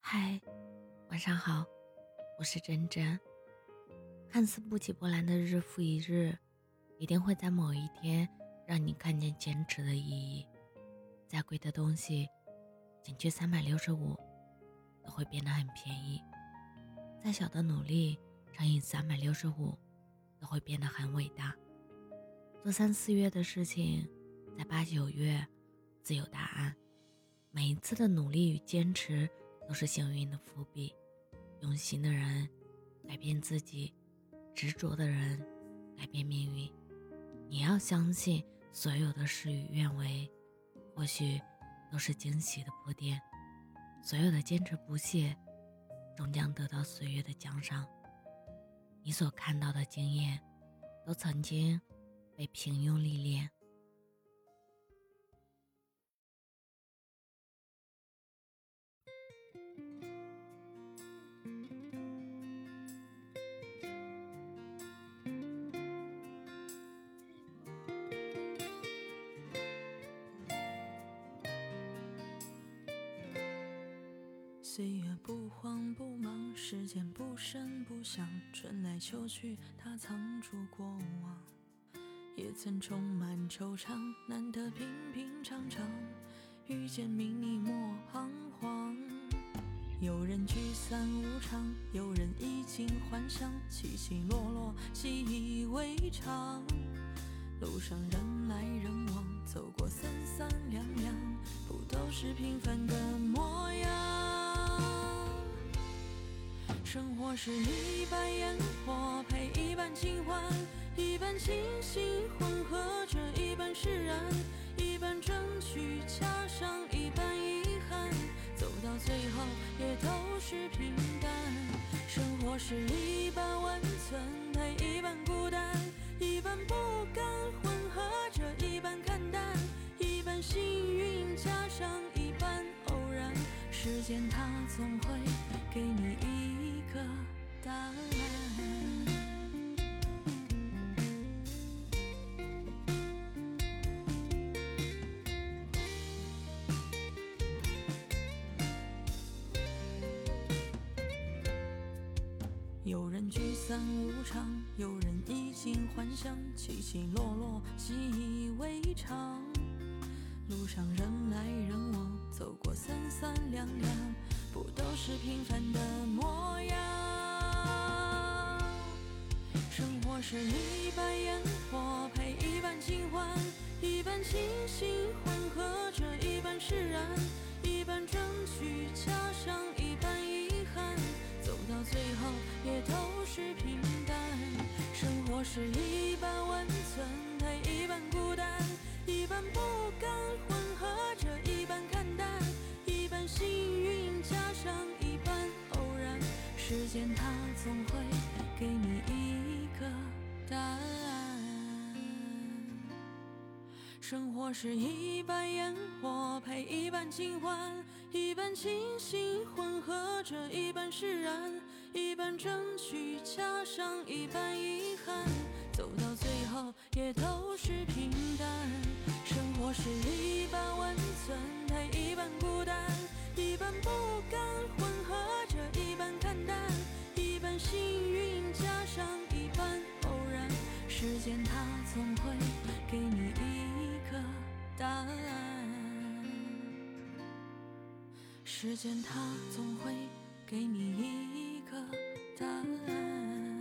嗨，晚上好，我是真真。看似不起波澜的日复一日，一定会在某一天让你看见坚持的意义。再贵的东西，减去365，都会变得很便宜。再小的努力，乘以365，都会变得很伟大。做3、4月的事情，在8、9月自有答案。每一次的努力与坚持，都是幸运的伏笔。用心的人改变自己，执着的人改变命运。你要相信，所有的事与愿违，或许都是惊喜的铺垫。所有的坚持不懈，终将得到岁月的奖赏。你所看到的经验，都曾经被平庸历练。 岁月不慌不忙，时间不声不响，春来秋去，它藏住过往。也曾充满惆怅，难得平平常常，遇见你你莫彷徨。有人聚散无常，有人衣锦还乡，起起落落，习以为常。路上人来人往，走过三三两两，不都是平凡的模样。生活是一半烟火配一半情欢，一半清醒混合着一半释然，一半争取加上一半遗憾，走到最后也都是平淡。生活是一半温存配一半孤单，一半不甘混合着一半看淡，一半幸运加上一半偶然，时间它总会给你一个答案。有人聚散无常，有人衣锦还乡，起起落落，习以为常。路上人来人往，走过三三两两，不都是平凡的模样。生活是一半烟火配一半情欢，一半清醒混合着一半释然，一半争取加上一半遗憾，走到最后也都是平淡。生活是一半温存配一半孤单，一半不甘混合着一半看淡，一半幸运加上一半偶然，时间它总会给你一个答案。生活是一半烟火配一半情欢，一半清醒混合着一半释然，一半争取加上一半遗憾，走到最后也都是平淡。生活是一半温存配一半孤单，一半不甘混合着一半看淡，一半幸运加上一半偶然，时间它总会给你一个答案。时间它总会给你一个答案。